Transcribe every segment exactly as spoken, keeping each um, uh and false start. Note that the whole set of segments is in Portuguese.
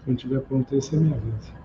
Quando estiver pronto, aí você me avisa.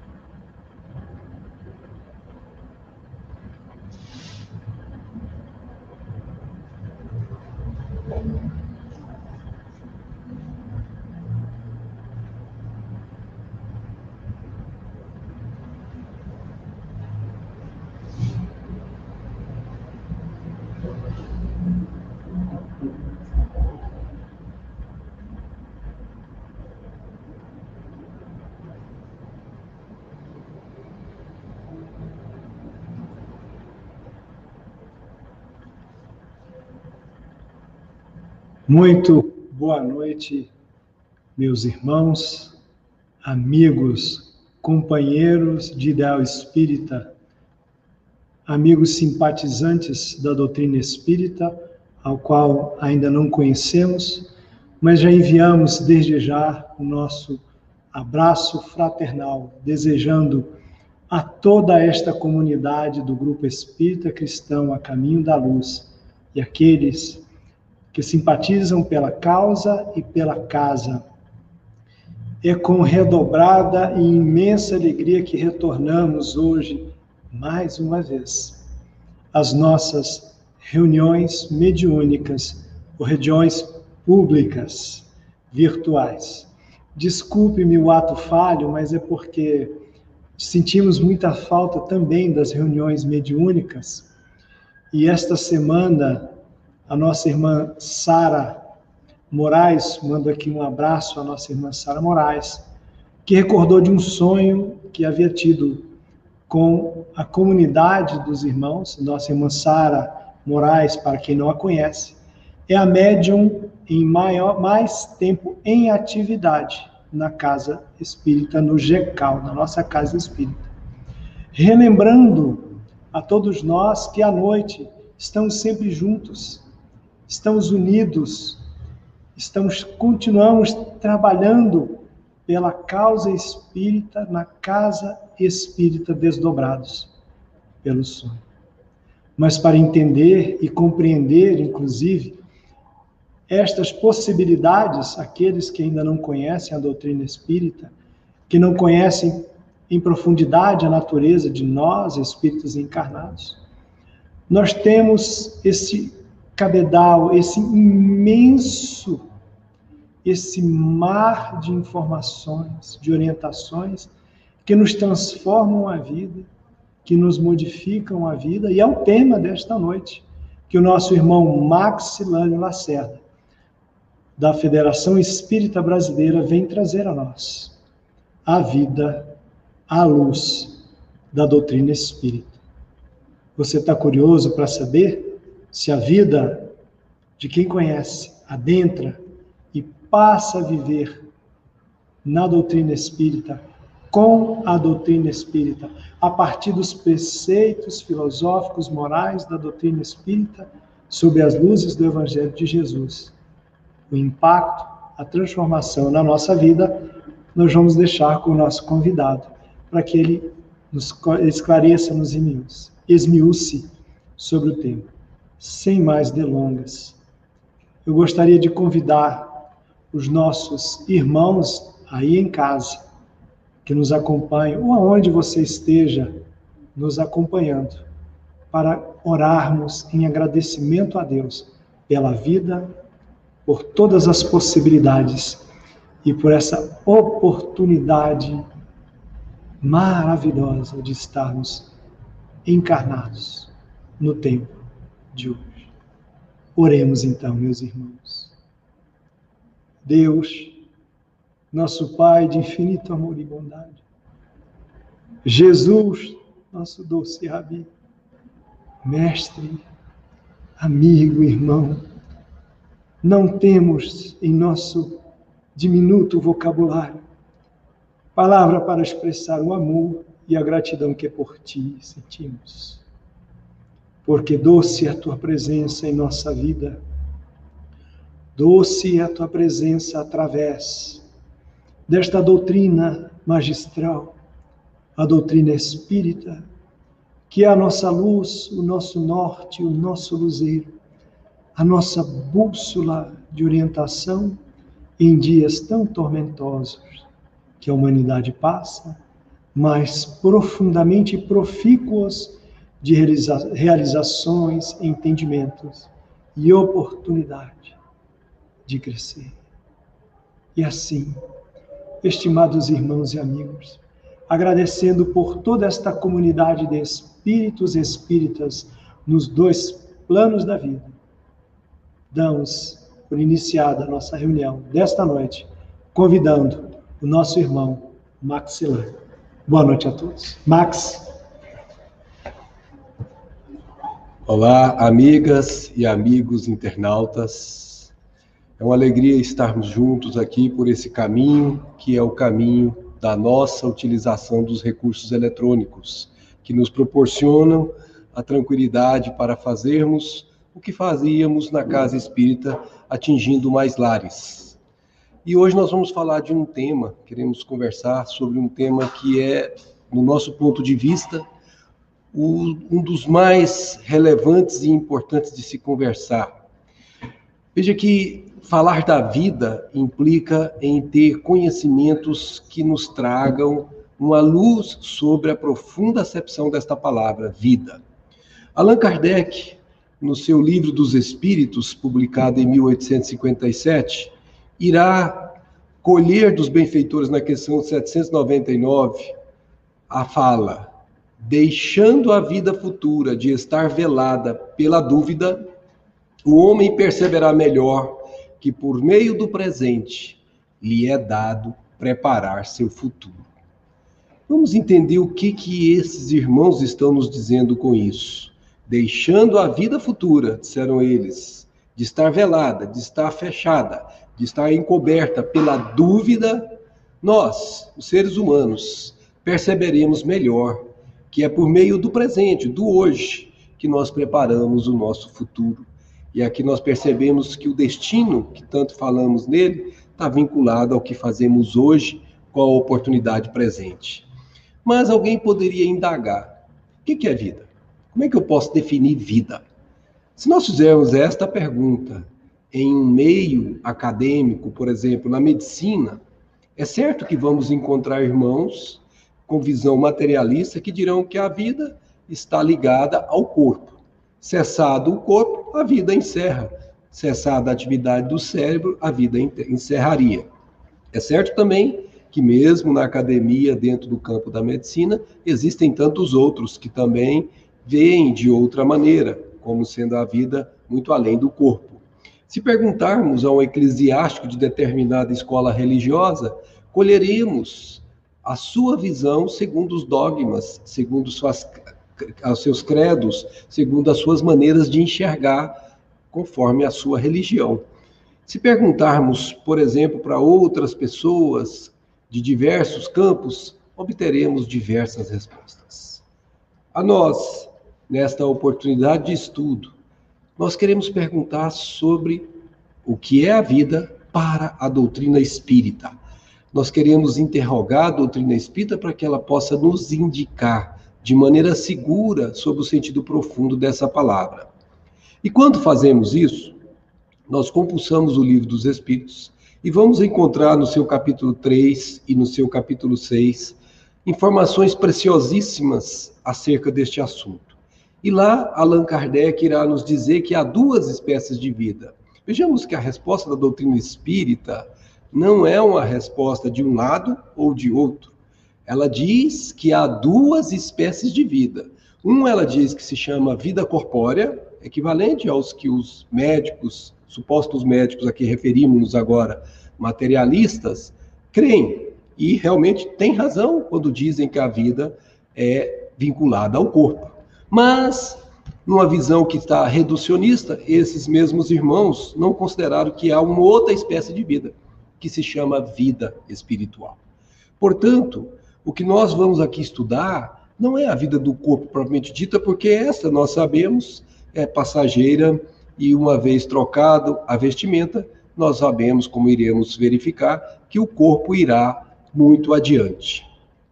Muito boa noite, meus irmãos, amigos, companheiros de ideal espírita, amigos simpatizantes da doutrina espírita, ao qual ainda não conhecemos, mas já enviamos desde já o nosso abraço fraternal, desejando a toda esta comunidade do Grupo Espírita Cristão A Caminho da Luz e aqueles que simpatizam pela causa e pela casa. É com redobrada e imensa alegria que retornamos hoje, mais uma vez, às nossas reuniões mediúnicas ou reuniões públicas, virtuais. Desculpe-me o ato falho, mas é porque sentimos muita falta também das reuniões mediúnicas. E esta semana, a nossa irmã Sara Moraes, mando aqui um abraço à nossa irmã Sara Moraes, que recordou de um sonho que havia tido com a comunidade dos irmãos. Nossa irmã Sara Moraes, para quem não a conhece, é a médium em maior, mais tempo em atividade na Casa Espírita, no G E C A L, na nossa Casa Espírita. Relembrando a todos nós que à noite estamos sempre juntos, estamos unidos, estamos, continuamos trabalhando pela causa espírita, na Casa Espírita Desdobrados, pelo sonho. Mas para entender e compreender, inclusive, estas possibilidades, aqueles que ainda não conhecem a doutrina espírita, que não conhecem em profundidade a natureza de nós, espíritos encarnados, nós temos esse cabedal, esse imenso, esse mar de informações, de orientações, que nos transformam a vida, que nos modificam a vida, e é o tema desta noite, que o nosso irmão Maxilânio Lacerda, da Federação Espírita Brasileira, vem trazer a nós. A vida à luz da doutrina espírita. Você está curioso para saber se a vida de quem conhece adentra e passa a viver na doutrina espírita, com a doutrina espírita, a partir dos preceitos filosóficos, morais da doutrina espírita, sob as luzes do Evangelho de Jesus? O impacto, a transformação na nossa vida, nós vamos deixar com o nosso convidado, para que ele nos esclareça, nos esmiúce sobre o tema. Sem mais delongas, eu gostaria de convidar os nossos irmãos aí em casa, que nos acompanham, ou aonde você esteja nos acompanhando, para orarmos em agradecimento a Deus pela vida, por todas as possibilidades e por essa oportunidade maravilhosa de estarmos encarnados no tempo de hoje. Oremos então, meus irmãos. Deus, nosso Pai de infinito amor e bondade, Jesus, nosso doce Rabi, mestre, amigo, irmão, não temos em nosso diminuto vocabulário palavra para expressar o amor e a gratidão que por ti sentimos. Porque doce é a tua presença em nossa vida, doce é a tua presença através desta doutrina magistral, a doutrina espírita, que é a nossa luz, o nosso norte, o nosso luzeiro, a nossa bússola de orientação em dias tão tormentosos que a humanidade passa, mas profundamente profícuos de realiza- realizações, entendimentos e oportunidade de crescer. E assim, estimados irmãos e amigos, agradecendo por toda esta comunidade de espíritos e espíritas nos dois planos da vida, damos por iniciada a nossa reunião desta noite, convidando o nosso irmão Maxilan. Boa noite a todos. Max. Olá, amigas e amigos internautas. É uma alegria estarmos juntos aqui por esse caminho, que é o caminho da nossa utilização dos recursos eletrônicos, que nos proporcionam a tranquilidade para fazermos o que fazíamos na casa espírita, atingindo mais lares. E hoje nós vamos falar de um tema, queremos conversar sobre um tema que é, no nosso ponto de vista, o, um dos mais relevantes e importantes de se conversar. Veja que falar da vida implica em ter conhecimentos que nos tragam uma luz sobre a profunda acepção desta palavra, vida. Allan Kardec, no seu Livro dos Espíritos, publicado em mil oitocentos e cinquenta e sete, irá colher dos benfeitores na questão setecentos e noventa e nove a fala: deixando a vida futura de estar velada pela dúvida, o homem perceberá melhor que por meio do presente lhe é dado preparar seu futuro. Vamos entender o que que esses irmãos estão nos dizendo com isso. Deixando a vida futura, disseram eles, de estar velada, de estar fechada, de estar encoberta pela dúvida, nós, os seres humanos, perceberemos melhor que é por meio do presente, do hoje, que nós preparamos o nosso futuro. E aqui nós percebemos que o destino, que tanto falamos nele, está vinculado ao que fazemos hoje com a oportunidade presente. Mas alguém poderia indagar: o que é vida? Como é que eu posso definir vida? Se nós fizermos esta pergunta em um meio acadêmico, por exemplo, na medicina, é certo que vamos encontrar irmãos com visão materialista que dirão que a vida está ligada ao corpo. Cessado o corpo, a vida encerra. Cessada a atividade do cérebro, a vida encerraria. É certo também que mesmo na academia, dentro do campo da medicina, existem tantos outros que também veem de outra maneira, como sendo a vida muito além do corpo. Se perguntarmos a um eclesiástico de determinada escola religiosa, colheremos a sua visão segundo os dogmas, segundo suas, os seus credos, segundo as suas maneiras de enxergar, conforme a sua religião. Se perguntarmos, por exemplo, para outras pessoas de diversos campos, obteremos diversas respostas. A nós, nesta oportunidade de estudo, nós queremos perguntar sobre o que é a vida para a doutrina espírita. Nós queremos interrogar a doutrina espírita para que ela possa nos indicar de maneira segura sobre o sentido profundo dessa palavra. E quando fazemos isso, nós compulsamos o Livro dos Espíritos e vamos encontrar no seu capítulo três e no seu capítulo seis informações preciosíssimas acerca deste assunto. E lá, Allan Kardec irá nos dizer que há duas espécies de vida. Vejamos que a resposta da doutrina espírita não é uma resposta de um lado ou de outro. Ela diz que há duas espécies de vida. Um, ela diz que se chama vida corpórea, equivalente aos que os médicos, supostos médicos a que referimos agora, materialistas, creem. E realmente têm razão quando dizem que a vida é vinculada ao corpo. Mas, numa visão que está reducionista, esses mesmos irmãos não consideraram que há uma outra espécie de vida, que se chama vida espiritual. Portanto, o que nós vamos aqui estudar não é a vida do corpo propriamente dita, porque essa, nós sabemos, é passageira e uma vez trocado a vestimenta, nós sabemos, como iremos verificar, que o corpo irá muito adiante.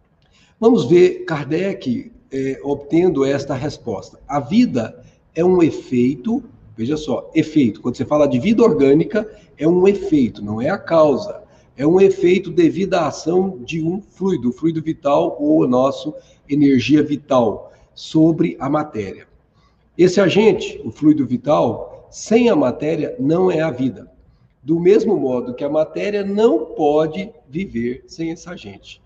Vamos ver Kardec é, obtendo esta resposta. A vida é um efeito, veja só, efeito. Quando você fala de vida orgânica, é um efeito, não é a causa. É um efeito devido à ação de um fluido, o fluido vital ou a nossa energia vital sobre a matéria. Esse agente, o fluido vital, sem a matéria não é a vida. Do mesmo modo que a matéria não pode viver sem esse agente.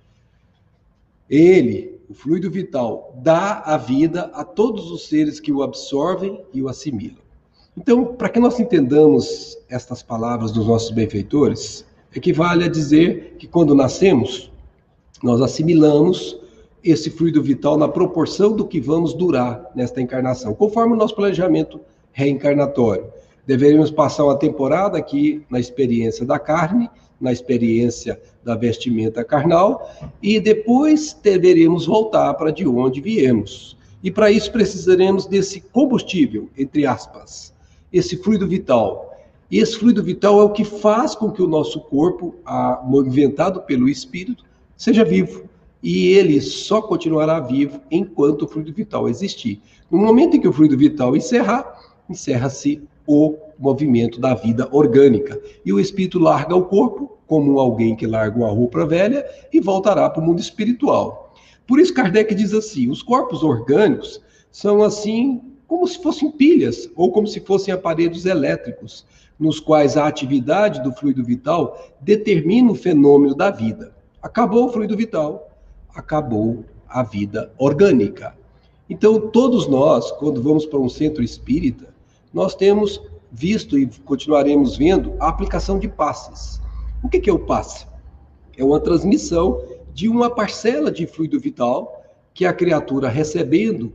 Ele, o fluido vital, dá a vida a todos os seres que o absorvem e o assimilam. Então, para que nós entendamos estas palavras dos nossos benfeitores, equivale a dizer que quando nascemos, nós assimilamos esse fluido vital na proporção do que vamos durar nesta encarnação, conforme o nosso planejamento reencarnatório. Deveríamos passar uma temporada aqui na experiência da carne, na experiência da vestimenta carnal, e depois deveremos voltar para de onde viemos. E para isso precisaremos desse combustível, entre aspas, esse fluido vital. E esse fluido vital é o que faz com que o nosso corpo, a, movimentado pelo espírito, seja vivo. E ele só continuará vivo enquanto o fluido vital existir. No momento em que o fluido vital encerrar, encerra-se o movimento da vida orgânica. E o espírito larga o corpo, como alguém que larga uma roupa velha, e voltará para o mundo espiritual. Por isso Kardec diz assim, os corpos orgânicos são assim como se fossem pilhas, ou como se fossem aparelhos elétricos, nos quais a atividade do fluido vital determina o fenômeno da vida. Acabou o fluido vital, acabou a vida orgânica. Então, todos nós, quando vamos para um centro espírita, nós temos visto e continuaremos vendo a aplicação de passes. O que é o passe? É uma transmissão de uma parcela de fluido vital que a criatura, recebendo,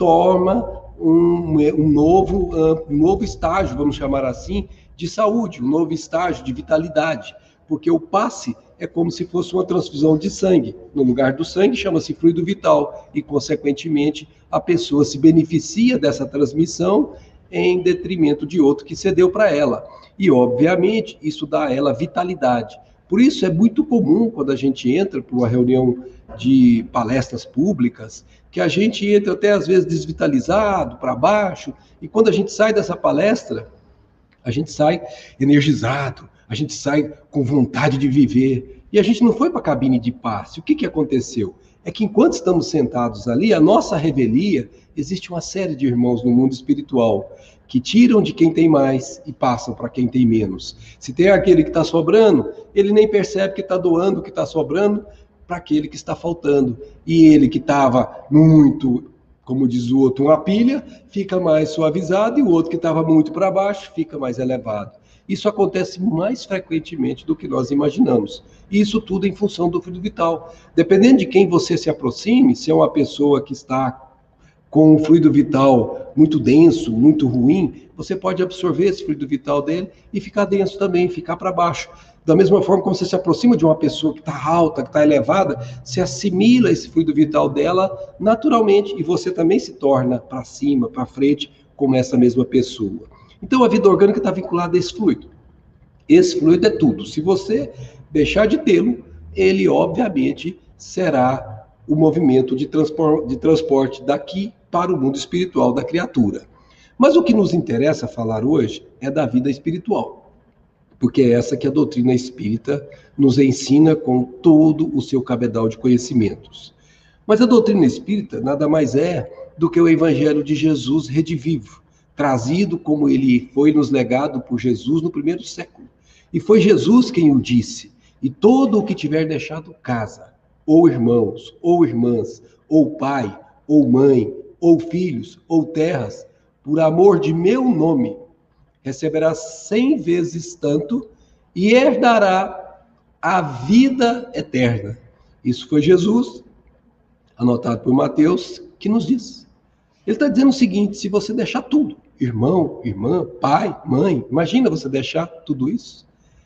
toma um, um, novo, um novo estágio, vamos chamar assim, de saúde, um novo estágio de vitalidade, porque o passe é como se fosse uma transfusão de sangue. No lugar do sangue chama-se fluido vital e, consequentemente, a pessoa se beneficia dessa transmissão em detrimento de outro que cedeu para ela. E, obviamente, isso dá a ela vitalidade. Por isso, é muito comum, quando a gente entra para uma reunião de palestras públicas, que a gente entra até, às vezes, desvitalizado, para baixo, e quando a gente sai dessa palestra, a gente sai energizado, a gente sai com vontade de viver. E a gente não foi para a cabine de passe. O que, que aconteceu? É que enquanto estamos sentados ali, a nossa revelia, existe uma série de irmãos no mundo espiritual que tiram de quem tem mais e passam para quem tem menos. Se tem aquele que está sobrando, ele nem percebe que está doando o que está sobrando para aquele que está faltando. E ele que estava muito, como diz o outro, uma pilha, fica mais suavizado, e o outro que estava muito para baixo fica mais elevado. Isso acontece mais frequentemente do que nós imaginamos. E isso tudo em função do fluido vital. Dependendo de quem você se aproxime, se é uma pessoa que está com um fluido vital muito denso, muito ruim, você pode absorver esse fluido vital dele e ficar denso também, ficar para baixo. Da mesma forma como você se aproxima de uma pessoa que está alta, que está elevada, você assimila esse fluido vital dela naturalmente e você também se torna para cima, para frente, como essa mesma pessoa. Então a vida orgânica está vinculada a esse fluido. Esse fluido é tudo. Se você deixar de tê-lo, ele obviamente será o movimento de transporte, de transporte daqui para o mundo espiritual da criatura. Mas o que nos interessa falar hoje é da vida espiritual, porque é essa que a doutrina espírita nos ensina com todo o seu cabedal de conhecimentos. Mas a doutrina espírita nada mais é do que o evangelho de Jesus redivivo, trazido como ele foi nos legado por Jesus no primeiro século. E foi Jesus quem o disse, e todo o que tiver deixado casa, ou irmãos, ou irmãs, ou pai, ou mãe, ou filhos, ou terras, por amor de meu nome, receberá cem vezes tanto e herdará a vida eterna. Isso foi Jesus, anotado por Mateus, que nos diz. Ele está dizendo o seguinte: se você deixar tudo, irmão, irmã, pai, mãe, imagina você deixar tudo isso,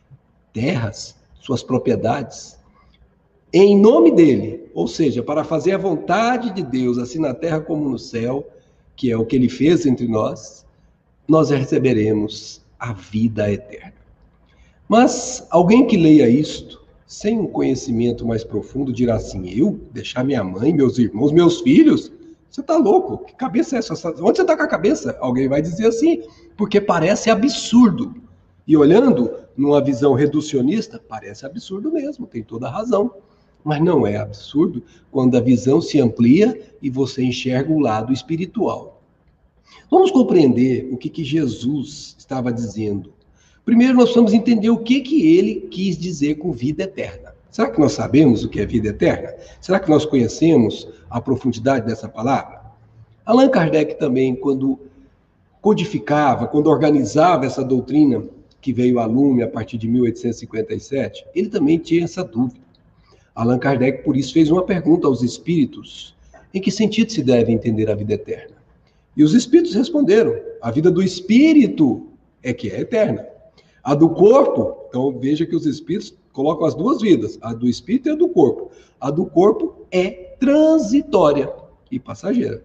terras, suas propriedades, em nome dele, ou seja, para fazer a vontade de Deus, assim na terra como no céu, que é o que ele fez entre nós, nós receberemos a vida eterna. Mas alguém que leia isto, sem um conhecimento mais profundo, dirá assim: eu deixar minha mãe, meus irmãos, meus filhos? Você está louco? Que cabeça é essa? Onde você está com a cabeça? Alguém vai dizer assim, porque parece absurdo. E olhando numa visão reducionista, parece absurdo mesmo, tem toda a razão. Mas não é absurdo quando a visão se amplia e você enxerga o lado espiritual. Vamos compreender o que, que Jesus estava dizendo. Primeiro, nós vamos entender o que, que ele quis dizer com vida eterna. Será que nós sabemos o que é vida eterna? Será que nós conhecemos a profundidade dessa palavra? Allan Kardec também, quando codificava, quando organizava essa doutrina que veio a lume a partir de mil oitocentos e cinquenta e sete, ele também tinha essa dúvida. Allan Kardec, por isso, fez uma pergunta aos espíritos: em que sentido se deve entender a vida eterna? E os espíritos responderam: a vida do espírito é que é eterna. A do corpo, então veja que os espíritos colocam as duas vidas, a do espírito e a do corpo. A do corpo é transitória e passageira.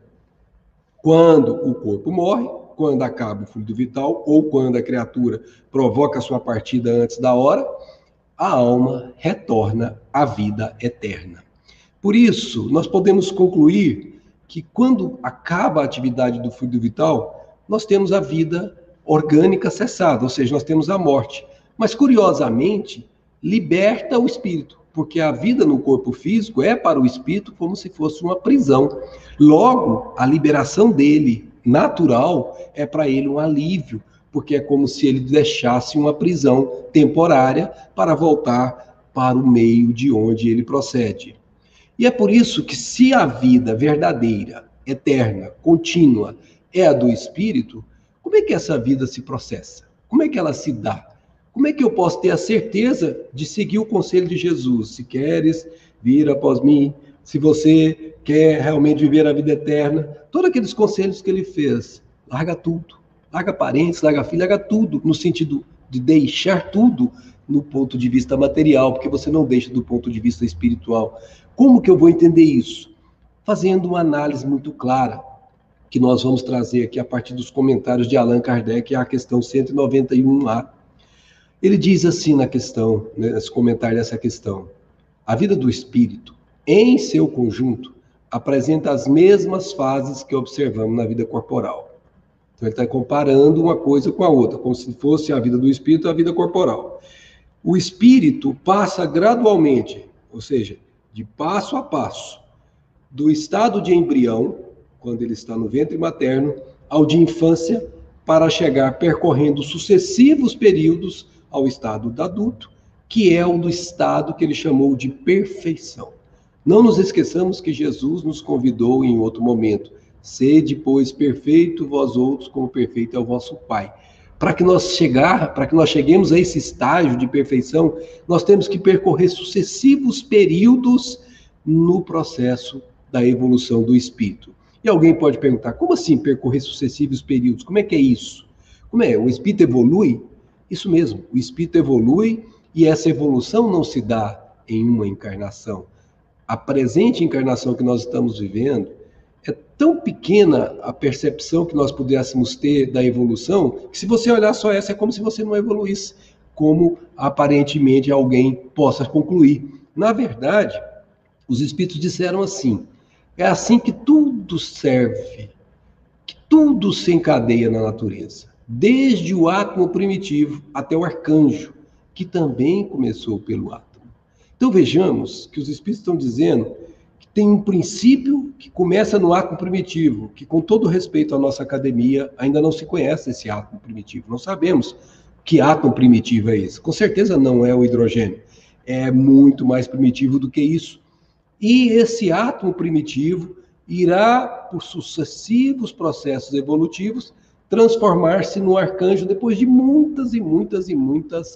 Quando o corpo morre, quando acaba o fluido vital, ou quando a criatura provoca a sua partida antes da hora, a alma retorna à vida eterna. Por isso, nós podemos concluir que quando acaba a atividade do fluido vital, nós temos a vida orgânica cessada, ou seja, nós temos a morte. Mas, curiosamente, liberta o espírito, porque a vida no corpo físico é para o espírito como se fosse uma prisão. Logo, a liberação dele, natural, é para ele um alívio, porque é como se ele deixasse uma prisão temporária para voltar para o meio de onde ele procede. E é por isso que, se a vida verdadeira, eterna, contínua, é a do espírito, como é que essa vida se processa? Como é que ela se dá? Como é que eu posso ter a certeza de seguir o conselho de Jesus? Se queres vir após mim, se você quer realmente viver a vida eterna, todos aqueles conselhos que ele fez, larga tudo. Larga parentes, larga filho, larga tudo, no sentido de deixar tudo no ponto de vista material, porque você não deixa do ponto de vista espiritual. Como que eu vou entender isso? Fazendo uma análise muito clara, que nós vamos trazer aqui a partir dos comentários de Allan Kardec, a questão cento e noventa e um A. Ele diz assim na questão, nesse comentário dessa questão: a vida do espírito, em seu conjunto, apresenta as mesmas fases que observamos na vida corporal. Então ele está comparando uma coisa com a outra, como se fosse a vida do espírito e a vida corporal. O espírito passa gradualmente, ou seja, de passo a passo, do estado de embrião, quando ele está no ventre materno, ao de infância, para chegar percorrendo sucessivos períodos ao estado do adulto, que é o do estado que ele chamou de perfeição. Não nos esqueçamos que Jesus nos convidou em outro momento: sede, pois, perfeito vós outros, como perfeito é o vosso Pai. Para que nós chegar, para que nós cheguemos a esse estágio de perfeição, nós temos que percorrer sucessivos períodos no processo da evolução do espírito. E alguém pode perguntar: como assim percorrer sucessivos períodos? Como é que é isso? Como é? O espírito evolui? Isso mesmo, o espírito evolui, e essa evolução não se dá em uma encarnação. A presente encarnação que nós estamos vivendo, é tão pequena a percepção que nós pudéssemos ter da evolução, que se você olhar só essa, é como se você não evoluísse, como aparentemente alguém possa concluir. Na verdade, os espíritos disseram assim: é assim que tudo serve, que tudo se encadeia na natureza, desde o átomo primitivo até o arcanjo, que também começou pelo átomo. Então vejamos que os espíritos estão dizendo que tem um princípio que começa no átomo primitivo, que, com todo respeito à nossa academia, ainda não se conhece esse átomo primitivo. Não sabemos que átomo primitivo é esse. Com certeza não é o hidrogênio. É muito mais primitivo do que isso. E esse átomo primitivo irá, por sucessivos processos evolutivos, transformar-se no arcanjo depois de muitas e muitas e muitas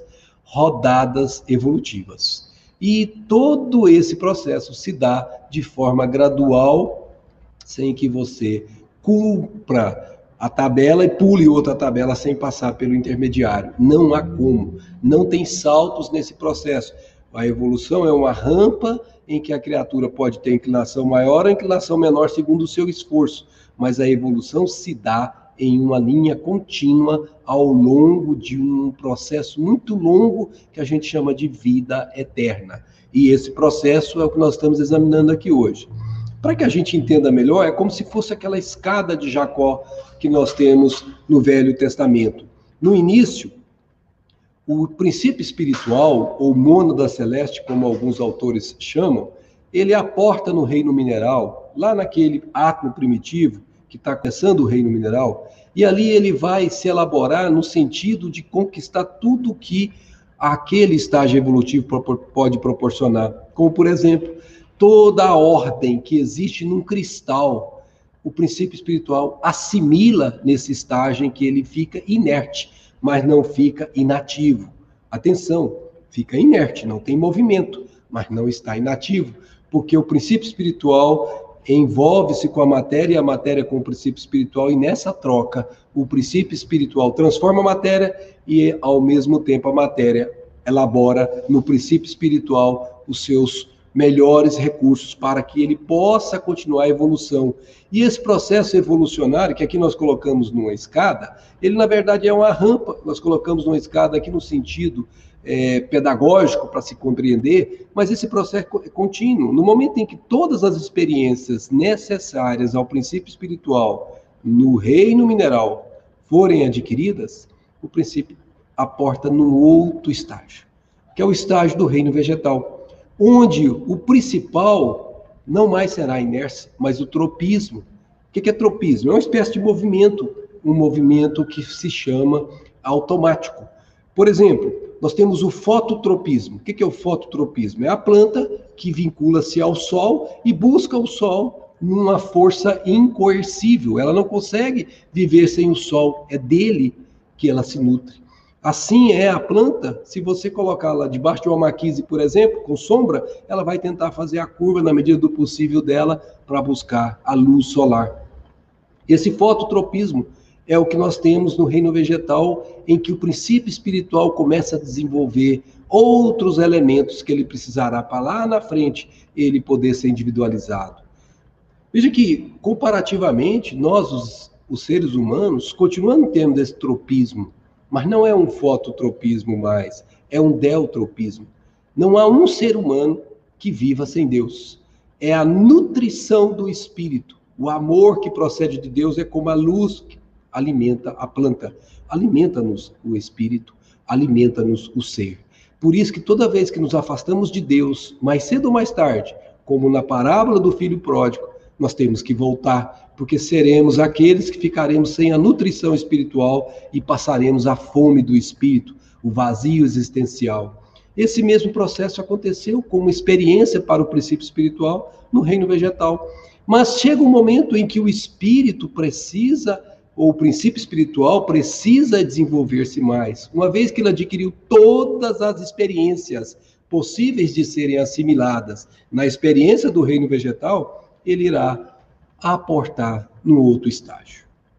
rodadas evolutivas. E todo esse processo se dá de forma gradual, sem que você cumpra a tabela e pule outra tabela sem passar pelo intermediário. Não há como. Não tem saltos nesse processo. A evolução é uma rampa em que a criatura pode ter inclinação maior ou inclinação menor segundo o seu esforço, mas a evolução se dá em uma linha contínua ao longo de um processo muito longo que a gente chama de vida eterna. E esse processo é o que nós estamos examinando aqui hoje. Para que a gente entenda melhor, é como se fosse aquela escada de Jacó que nós temos no Velho Testamento. No início, O princípio espiritual, ou mônada celeste, como alguns autores chamam, ele aporta no reino mineral, lá naquele átomo primitivo, que está começando o reino mineral, e ali ele vai se elaborar no sentido de conquistar tudo que aquele estágio evolutivo pode proporcionar. Como, por exemplo, toda a ordem que existe num cristal, o princípio espiritual assimila nesse estágio em que ele fica inerte, mas não fica inativo. Atenção, fica inerte, não tem movimento, mas não está inativo, porque o princípio espiritual envolve-se com a matéria e a matéria com o princípio espiritual, e nessa troca, o princípio espiritual transforma a matéria e, ao mesmo tempo, a matéria elabora no princípio espiritual os seus melhores recursos para que ele possa continuar a evolução. E esse processo evolucionário, que aqui nós colocamos numa escada, ele na verdade é uma rampa, nós colocamos numa escada aqui no sentido é, pedagógico para se compreender, mas esse processo é contínuo. No momento em que todas as experiências necessárias ao princípio espiritual no reino mineral forem adquiridas, o princípio aporta num outro estágio, que é o estágio do reino vegetal, onde o principal não mais será a inércia, mas o tropismo. O que é tropismo? É uma espécie de movimento, um movimento que se chama automático. Por exemplo, nós temos o fototropismo. O que é o fototropismo? É a planta que vincula-se ao sol e busca o sol numa força incoercível. Ela não consegue viver sem o sol, é dele que ela se nutre. Assim é a planta, se você colocá-la debaixo de uma marquise, por exemplo, com sombra, ela vai tentar fazer a curva na medida do possível dela para buscar a luz solar. Esse fototropismo é o que nós temos no reino vegetal, em que o princípio espiritual começa a desenvolver outros elementos que ele precisará para lá na frente ele poder ser individualizado. Veja que, comparativamente, nós, os, os seres humanos, continuamos tendo esse tropismo, mas não é um fototropismo mais, é um deltropismo. Não há um ser humano que viva sem Deus. É a nutrição do espírito. O amor que procede de Deus é como a luz que alimenta a planta. Alimenta-nos o espírito, alimenta-nos o ser. Por isso que toda vez que nos afastamos de Deus, mais cedo ou mais tarde, como na parábola do filho pródigo, nós temos que voltar, porque seremos aqueles que ficaremos sem a nutrição espiritual e passaremos a fome do espírito, o vazio existencial. Esse mesmo processo aconteceu como experiência para o princípio espiritual no reino vegetal. Mas chega um momento em que o espírito precisa, ou o princípio espiritual precisa desenvolver-se mais. Uma vez que ele adquiriu todas as experiências possíveis de serem assimiladas na experiência do reino vegetal, ele irá aportar no outro estágio.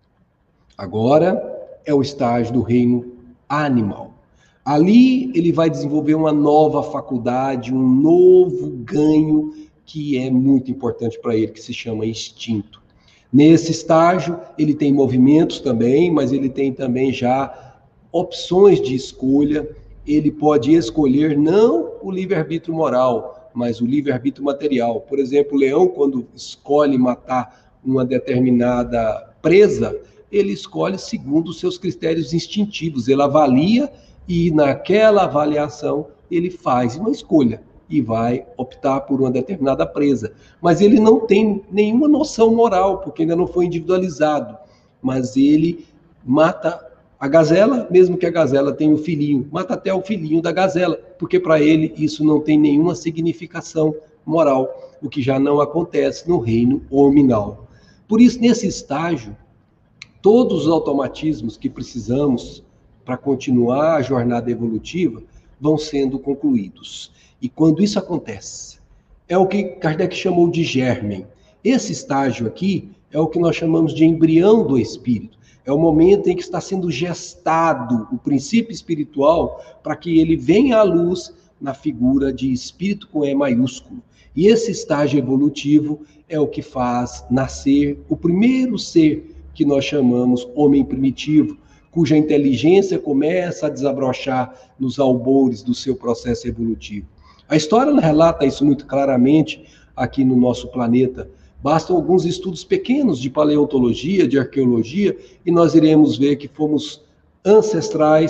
Agora é o estágio do reino animal. Ali ele vai desenvolver uma nova faculdade, um novo ganho que é muito importante para ele, que se chama instinto. Nesse estágio, ele tem movimentos também, mas ele tem também já opções de escolha. Ele pode escolher não o livre-arbítrio moral, mas o livre-arbítrio material. Por exemplo, o leão, quando escolhe matar uma determinada presa, ele escolhe segundo os seus critérios instintivos. Ele avalia e, naquela avaliação, ele faz uma escolha e vai optar por uma determinada presa. Mas ele não tem nenhuma noção moral, porque ainda não foi individualizado. Mas ele mata a gazela, mesmo que a gazela tenha um filhinho, mata até o filhinho da gazela, porque para ele isso não tem nenhuma significação moral, o que já não acontece no reino hominal. Por isso, nesse estágio, todos os automatismos que precisamos para continuar a jornada evolutiva vão sendo concluídos. E quando isso acontece, é o que Kardec chamou de germen. Esse estágio aqui é o que nós chamamos de embrião do espírito. É o momento em que está sendo gestado o princípio espiritual para que ele venha à luz na figura de espírito com E maiúsculo. E esse estágio evolutivo é o que faz nascer o primeiro ser que nós chamamos homem primitivo, cuja inteligência começa a desabrochar nos albores do seu processo evolutivo. A história relata isso muito claramente aqui no nosso planeta. Bastam alguns estudos pequenos de paleontologia, de arqueologia, e nós iremos ver que fomos ancestrais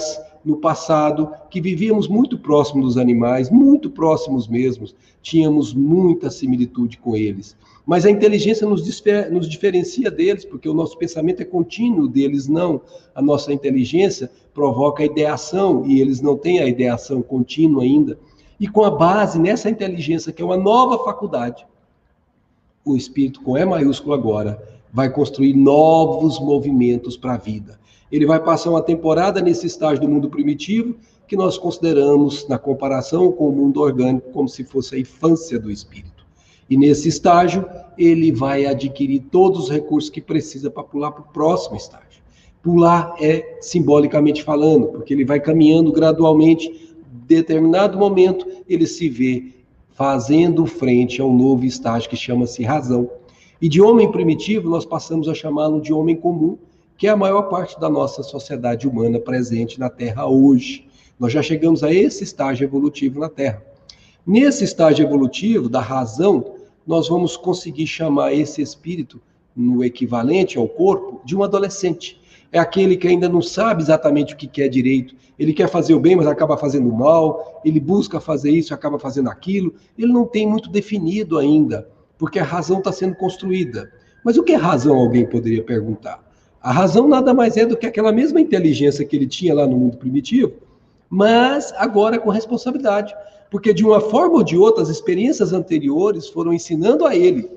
no passado, que vivíamos muito próximo dos animais, muito próximos mesmos, tínhamos muita similitude com eles. Mas a inteligência nos, nos diferencia deles, porque o nosso pensamento é contínuo, deles não. A nossa inteligência provoca a ideação, e eles não têm a ideação contínua ainda. E com a base nessa inteligência, que é uma nova faculdade, o Espírito, com E maiúsculo agora, vai construir novos movimentos para a vida. Ele vai passar uma temporada nesse estágio do mundo primitivo, que nós consideramos, na comparação com o mundo orgânico, como se fosse a infância do Espírito. E nesse estágio, ele vai adquirir todos os recursos que precisa para pular para o próximo estágio. Pular é simbolicamente falando, porque ele vai caminhando gradualmente, em determinado momento, ele se vê fazendo frente a um novo estágio que chama-se razão. E de homem primitivo, nós passamos a chamá-lo de homem comum, que é a maior parte da nossa sociedade humana presente na Terra hoje. Nós já chegamos a esse estágio evolutivo na Terra. Nesse estágio evolutivo da razão, nós vamos conseguir chamar esse espírito, no equivalente ao corpo, de um adolescente. É aquele que ainda não sabe exatamente o que quer direito. Ele quer fazer o bem, mas acaba fazendo o mal. Ele busca fazer isso e acaba fazendo aquilo. Ele não tem muito definido ainda, porque a razão está sendo construída. Mas o que é razão, alguém poderia perguntar? A razão nada mais é do que aquela mesma inteligência que ele tinha lá no mundo primitivo, mas agora com responsabilidade. Porque de uma forma ou de outra, as experiências anteriores foram ensinando a ele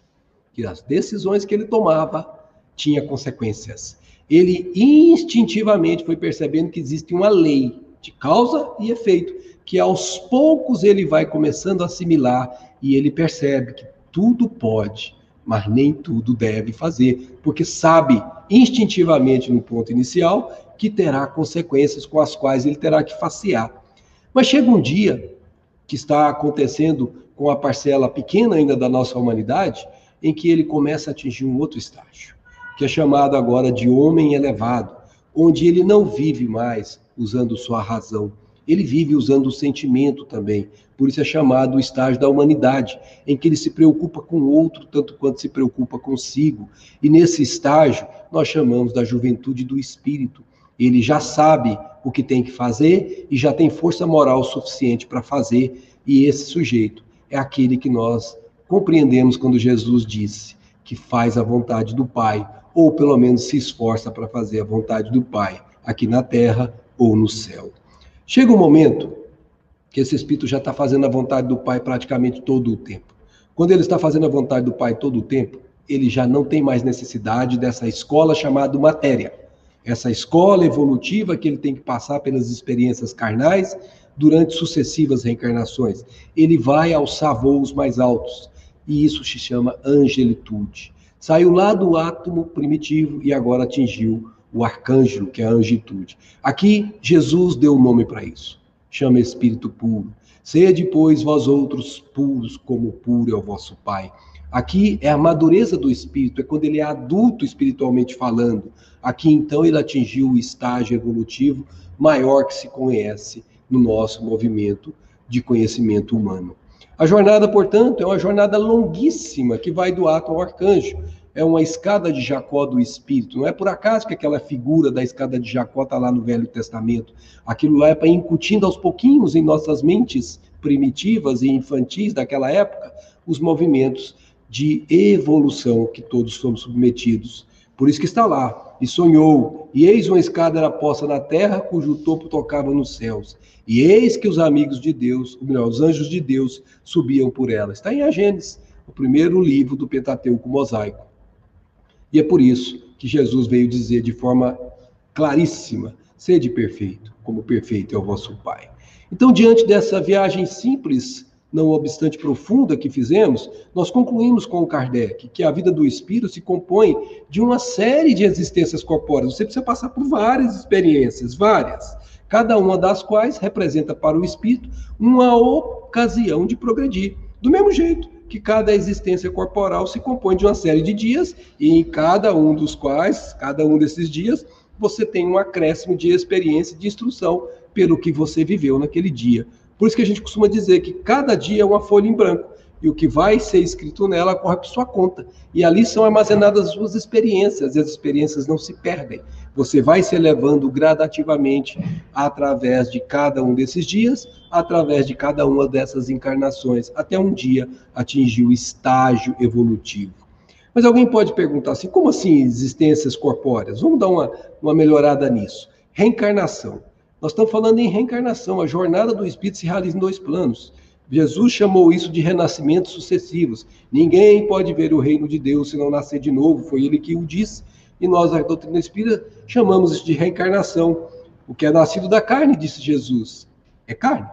que as decisões que ele tomava tinham consequências. Ele instintivamente foi percebendo que existe uma lei de causa e efeito, que aos poucos ele vai começando a assimilar, e ele percebe que tudo pode, mas nem tudo deve fazer, porque sabe instintivamente no ponto inicial que terá consequências com as quais ele terá que facear. Mas chega um dia, que está acontecendo com a parcela pequena ainda da nossa humanidade, em que ele começa a atingir um outro estágio, que é chamado agora de homem elevado, onde ele não vive mais usando sua razão, ele vive usando o sentimento também. Por isso é chamado o estágio da humanidade, em que ele se preocupa com o outro tanto quanto se preocupa consigo. E nesse estágio nós chamamos da juventude do espírito. Ele já sabe o que tem que fazer e já tem força moral suficiente para fazer. E esse sujeito é aquele que nós compreendemos quando Jesus disse que faz a vontade do Pai, ou pelo menos se esforça para fazer a vontade do Pai, aqui na terra ou no céu. Chega um momento que esse espírito já está fazendo a vontade do Pai praticamente todo o tempo. Quando ele está fazendo a vontade do Pai todo o tempo, ele já não tem mais necessidade dessa escola chamada matéria. Essa escola evolutiva que ele tem que passar pelas experiências carnais durante sucessivas reencarnações. Ele vai alçar voos mais altos, e isso se chama angelitude. Saiu lá do átomo primitivo e agora atingiu o arcanjo, que é a angitude. Aqui, Jesus deu um nome para isso. Chama Espírito Puro. Sede, pois, vós outros puros, como puro é o vosso Pai. Aqui é a madureza do Espírito, é quando ele é adulto espiritualmente falando. Aqui, então, ele atingiu o estágio evolutivo maior que se conhece no nosso movimento de conhecimento humano. A jornada, portanto, é uma jornada longuíssima que vai do átomo ao arcanjo. É uma escada de Jacó do Espírito. Não é por acaso que aquela figura da escada de Jacó está lá no Velho Testamento. Aquilo lá é para ir incutindo aos pouquinhos em nossas mentes primitivas e infantis daquela época os movimentos de evolução que todos somos submetidos. Por isso que está lá. E sonhou, e eis uma escada era posta na terra, cujo topo tocava nos céus. E eis que os amigos de Deus, ou melhor, os anjos de Deus, subiam por ela. Está em Agênesis, o primeiro livro do Pentateuco mosaico. E é por isso que Jesus veio dizer de forma claríssima: sede perfeito, como perfeito é o vosso Pai. Então, diante dessa viagem simples, não obstante profunda que fizemos, nós concluímos com o Kardec que a vida do espírito se compõe de uma série de existências corpóreas. Você precisa passar por várias experiências, várias, cada uma das quais representa para o espírito uma ocasião de progredir. Do mesmo jeito que cada existência corporal se compõe de uma série de dias, e em cada um dos quais, cada um desses dias, você tem um acréscimo de experiência, de instrução, pelo que você viveu naquele dia. Por isso que a gente costuma dizer que cada dia é uma folha em branco, e o que vai ser escrito nela corre por sua conta. E ali são armazenadas as suas experiências, e as experiências não se perdem. Você vai se elevando gradativamente através de cada um desses dias, através de cada uma dessas encarnações, até um dia atingir o estágio evolutivo. Mas alguém pode perguntar assim, como assim existências corpóreas? Vamos dar uma, uma melhorada nisso. Reencarnação. Nós estamos falando em reencarnação. A jornada do espírito se realiza em dois planos. Jesus chamou isso de renascimentos sucessivos. Ninguém pode ver o reino de Deus se não nascer de novo. Foi ele que o disse. E nós, a doutrina espírita, chamamos isso de reencarnação. O que é nascido da carne, disse Jesus, é carne.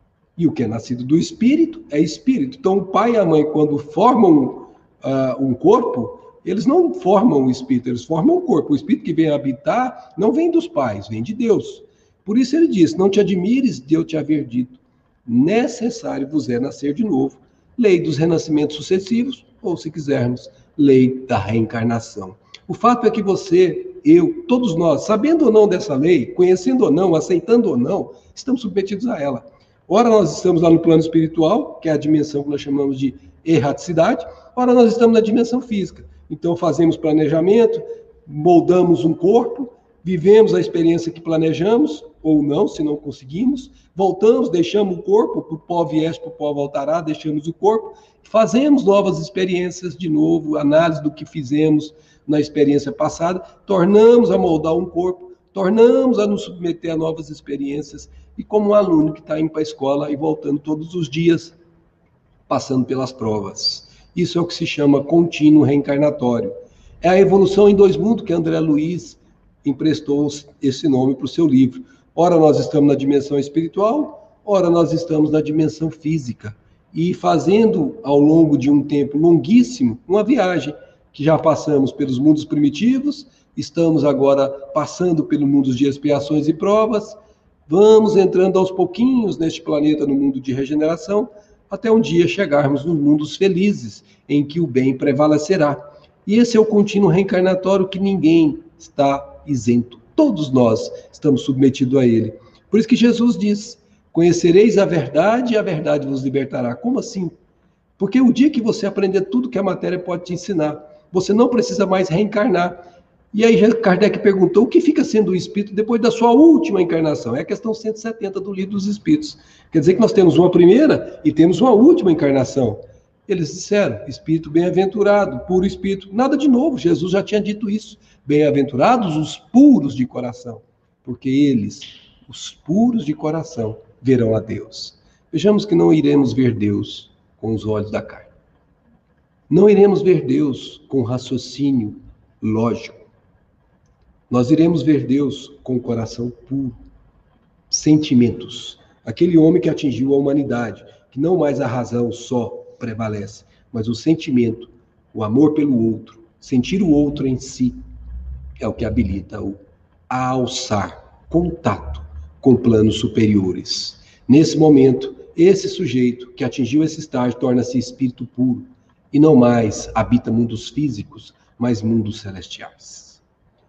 E o que é nascido do espírito é espírito. Então, o pai e a mãe, quando formam uh, um corpo, eles não formam o espírito, eles formam o corpo. O espírito que vem habitar não vem dos pais, vem de Deus. Por isso ele diz, não te admires de eu te haver dito, necessário vos é nascer de novo. Lei dos renascimentos sucessivos, ou se quisermos, lei da reencarnação. O fato é que você, eu, todos nós, sabendo ou não dessa lei, conhecendo ou não, aceitando ou não, estamos submetidos a ela. Ora nós estamos lá no plano espiritual, que é a dimensão que nós chamamos de erraticidade, ora nós estamos na dimensão física. Então fazemos planejamento, moldamos um corpo, vivemos a experiência que planejamos, ou não, se não conseguimos, voltamos, deixamos o corpo, para o pó vieste, para o pó voltará, deixamos o corpo, fazemos novas experiências de novo, análise do que fizemos na experiência passada, tornamos a moldar um corpo, tornamos a nos submeter a novas experiências, e como um aluno que está indo para a escola e voltando todos os dias, passando pelas provas. Isso é o que se chama contínuo reencarnatório. É a evolução em dois mundos que André Luiz emprestou esse nome para o seu livro. Ora nós estamos na dimensão espiritual, ora nós estamos na dimensão física. E fazendo, ao longo de um tempo longuíssimo, uma viagem, que já passamos pelos mundos primitivos, estamos agora passando pelo mundo de expiações e provas, vamos entrando aos pouquinhos neste planeta, no mundo de regeneração, até um dia chegarmos nos mundos felizes, em que o bem prevalecerá. E esse é o contínuo reencarnatório que ninguém está isento. Todos nós estamos submetidos a ele. Por isso que Jesus diz, conhecereis a verdade e a verdade vos libertará. Como assim? Porque o dia que você aprender tudo que a matéria pode te ensinar, você não precisa mais reencarnar. E aí Kardec perguntou, o que fica sendo o espírito depois da sua última encarnação? É a questão cento e setenta do Livro dos Espíritos. Quer dizer que nós temos uma primeira e temos uma última encarnação. Eles disseram, espírito bem-aventurado, puro espírito. Nada de novo, Jesus já tinha dito isso. Bem-aventurados os puros de coração, porque eles, os puros de coração, verão a Deus. Vejamos que não iremos ver Deus com os olhos da carne. Não iremos ver Deus com raciocínio lógico. Nós iremos ver Deus com o coração puro, sentimentos. Aquele homem que atingiu a humanidade, que não mais a razão só prevalece, mas o sentimento, o amor pelo outro, sentir o outro em si, é o que habilita-o a alçar contato com planos superiores. Nesse momento, esse sujeito que atingiu esse estágio torna-se espírito puro e não mais habita mundos físicos, mas mundos celestiais.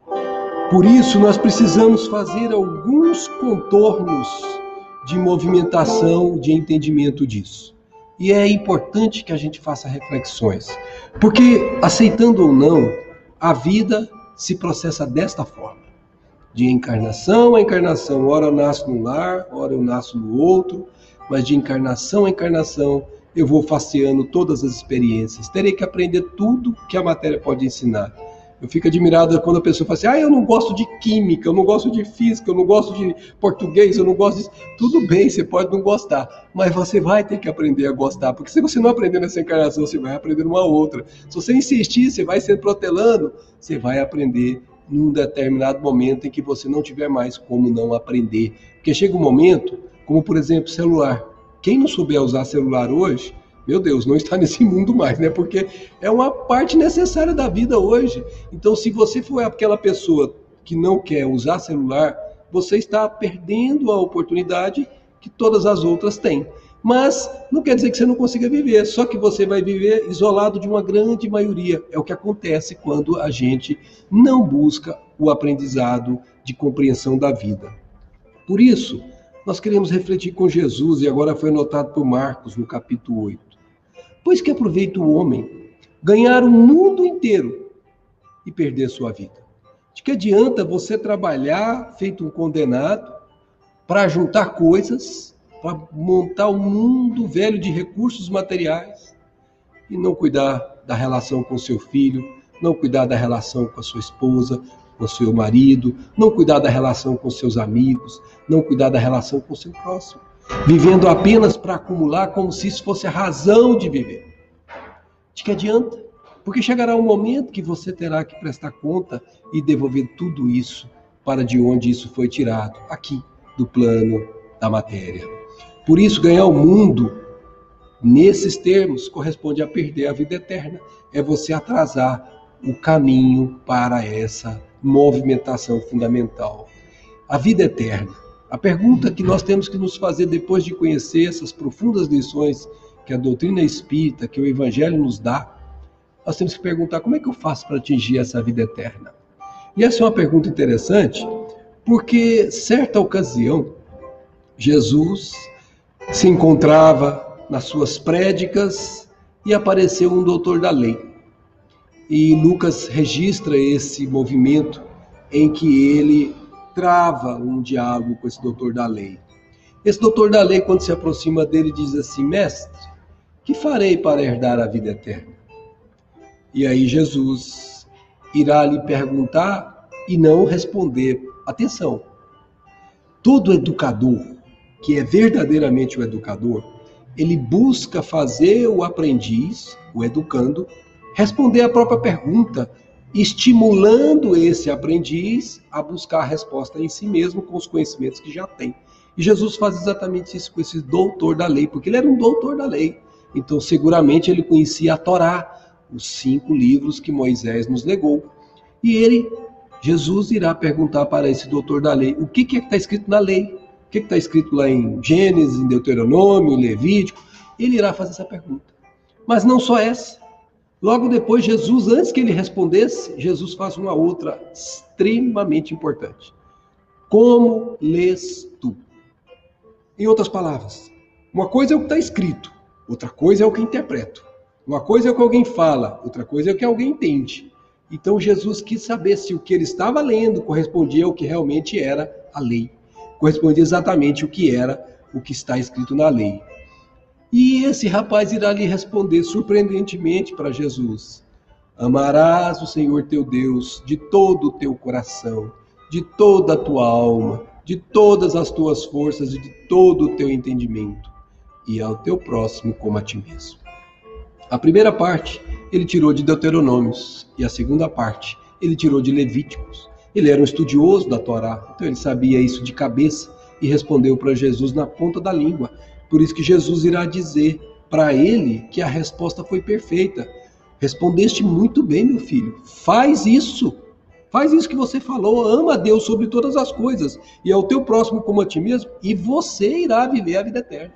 Por isso, nós precisamos fazer alguns contornos de movimentação, de entendimento disso. E é importante que a gente faça reflexões, porque, aceitando ou não, a vida se processa desta forma, de encarnação a encarnação, ora eu nasço num lar, ora eu nasço no outro, mas de encarnação a encarnação eu vou faceando todas as experiências, terei que aprender tudo que a matéria pode ensinar. Eu fico admirado quando a pessoa fala assim, ah, eu não gosto de química, eu não gosto de física, eu não gosto de português, eu não gosto disso. Tudo bem, você pode não gostar, mas você vai ter que aprender a gostar, porque se você não aprender nessa encarnação, você vai aprender numa outra. Se você insistir, você vai se protelando, você vai aprender num determinado momento em que você não tiver mais como não aprender. Porque chega um momento, como por exemplo, celular. Quem não souber usar celular hoje, meu Deus, não está nesse mundo mais, né? Porque é uma parte necessária da vida hoje. Então, se você for aquela pessoa que não quer usar celular, você está perdendo a oportunidade que todas as outras têm. Mas não quer dizer que você não consiga viver, só que você vai viver isolado de uma grande maioria. É o que acontece quando a gente não busca o aprendizado de compreensão da vida. Por isso, nós queremos refletir com Jesus, e agora foi anotado por Marcos no capítulo oito. Pois que aproveita o homem ganhar o mundo inteiro e perder sua vida? De que adianta você trabalhar feito um condenado para juntar coisas, para montar um mundo velho de recursos materiais e não cuidar da relação com seu filho, não cuidar da relação com a sua esposa, com o seu marido, não cuidar da relação com seus amigos, não cuidar da relação com o seu próximo, vivendo apenas para acumular como se isso fosse a razão de viver. De que adianta? Porque chegará um momento que você terá que prestar conta e devolver tudo isso para de onde isso foi tirado, aqui, do plano da matéria. Por isso, ganhar o mundo, nesses termos, corresponde a perder a vida eterna. É você atrasar o caminho para essa movimentação fundamental. A vida eterna. A pergunta que nós temos que nos fazer depois de conhecer essas profundas lições que a doutrina espírita, que o Evangelho nos dá, nós temos que perguntar: como é que eu faço para atingir essa vida eterna? E essa é uma pergunta interessante, porque, certa ocasião, Jesus se encontrava nas suas prédicas e apareceu um doutor da lei. E Lucas registra esse movimento em que ele trava um diálogo com esse doutor da lei. Esse doutor da lei, quando se aproxima dele, diz assim: mestre, que farei para herdar a vida eterna? E aí Jesus irá lhe perguntar e não responder. Atenção, todo educador, que é verdadeiramente o educador, ele busca fazer o aprendiz, o educando, responder a própria pergunta, estimulando esse aprendiz a buscar a resposta em si mesmo com os conhecimentos que já tem. E Jesus faz exatamente isso com esse doutor da lei, porque ele era um doutor da lei. Então, seguramente, ele conhecia a Torá, os cinco livros que Moisés nos legou. E ele, Jesus, irá perguntar para esse doutor da lei: o que é que está escrito na lei? O que está escrito lá em Gênesis, em Deuteronômio, em Levítico? Ele irá fazer essa pergunta. Mas não só essa. Logo depois, Jesus, antes que ele respondesse, Jesus faz uma outra extremamente importante. Como lês tu? Em outras palavras, uma coisa é o que está escrito, outra coisa é o que interpreto. Uma coisa é o que alguém fala, outra coisa é o que alguém entende. Então Jesus quis saber se o que ele estava lendo correspondia ao que realmente era a lei. Correspondia exatamente ao que era o que está escrito na lei. E esse rapaz irá lhe responder surpreendentemente para Jesus: amarás o Senhor teu Deus de todo o teu coração, de toda a tua alma, de todas as tuas forças e de todo o teu entendimento, e ao teu próximo como a ti mesmo. A primeira parte ele tirou de Deuteronômios, e a segunda parte ele tirou de Levíticos. Ele era um estudioso da Torá, então ele sabia isso de cabeça e respondeu para Jesus na ponta da língua. Por isso que Jesus irá dizer para ele que a resposta foi perfeita. Respondeste muito bem, meu filho. Faz isso. Faz isso que você falou. Ama a Deus sobre todas as coisas e ao teu próximo como a ti mesmo, e você irá viver a vida eterna.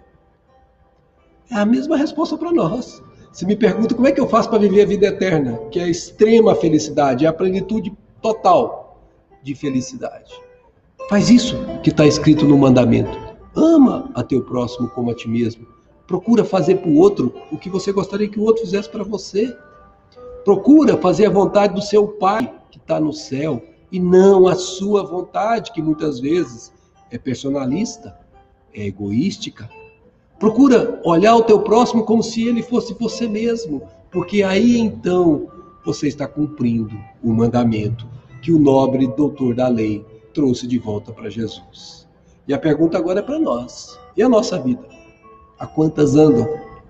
É a mesma resposta para nós. Se me pergunta como é que eu faço para viver a vida eterna, que é a extrema felicidade, é a plenitude total de felicidade. Faz isso que está escrito no mandamento. Ama a teu próximo como a ti mesmo. Procura fazer para o outro o que você gostaria que o outro fizesse para você. Procura fazer a vontade do seu Pai que está no céu e não a sua vontade, que muitas vezes é personalista, é egoística. Procura olhar o teu próximo como se ele fosse você mesmo, porque aí então você está cumprindo o mandamento que o nobre doutor da lei trouxe de volta para Jesus. E a pergunta agora é para nós. E a nossa vida? A quantas andam?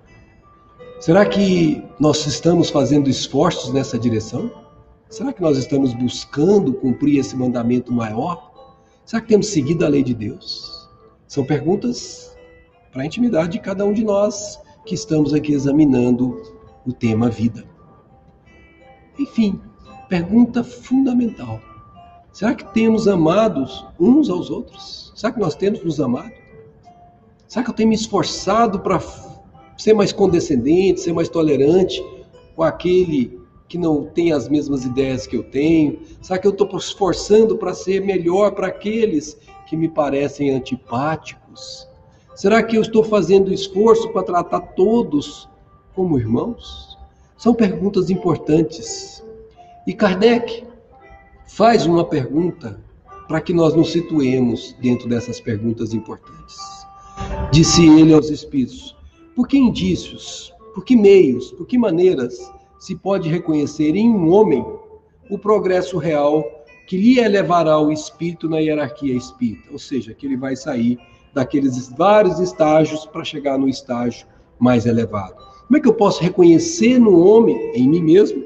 Será que nós estamos fazendo esforços nessa direção? Será que nós estamos buscando cumprir esse mandamento maior? Será que temos seguido a lei de Deus? São perguntas para a intimidade de cada um de nós que estamos aqui examinando o tema vida. Enfim, pergunta fundamental. Será que temos amados uns aos outros? Será que nós temos nos amado? Será que eu tenho me esforçado para ser mais condescendente, ser mais tolerante com aquele que não tem as mesmas ideias que eu tenho? Será que eu estou esforçando para ser melhor para aqueles que me parecem antipáticos? Será que eu estou fazendo esforço para tratar todos como irmãos? São perguntas importantes. E Kardec faz uma pergunta para que nós nos situemos dentro dessas perguntas importantes. Disse ele aos espíritos: por que indícios, por que meios, por que maneiras se pode reconhecer em um homem o progresso real que lhe elevará o espírito na hierarquia espírita? Ou seja, que ele vai sair daqueles vários estágios para chegar no estágio mais elevado. Como é que eu posso reconhecer no homem, em mim mesmo,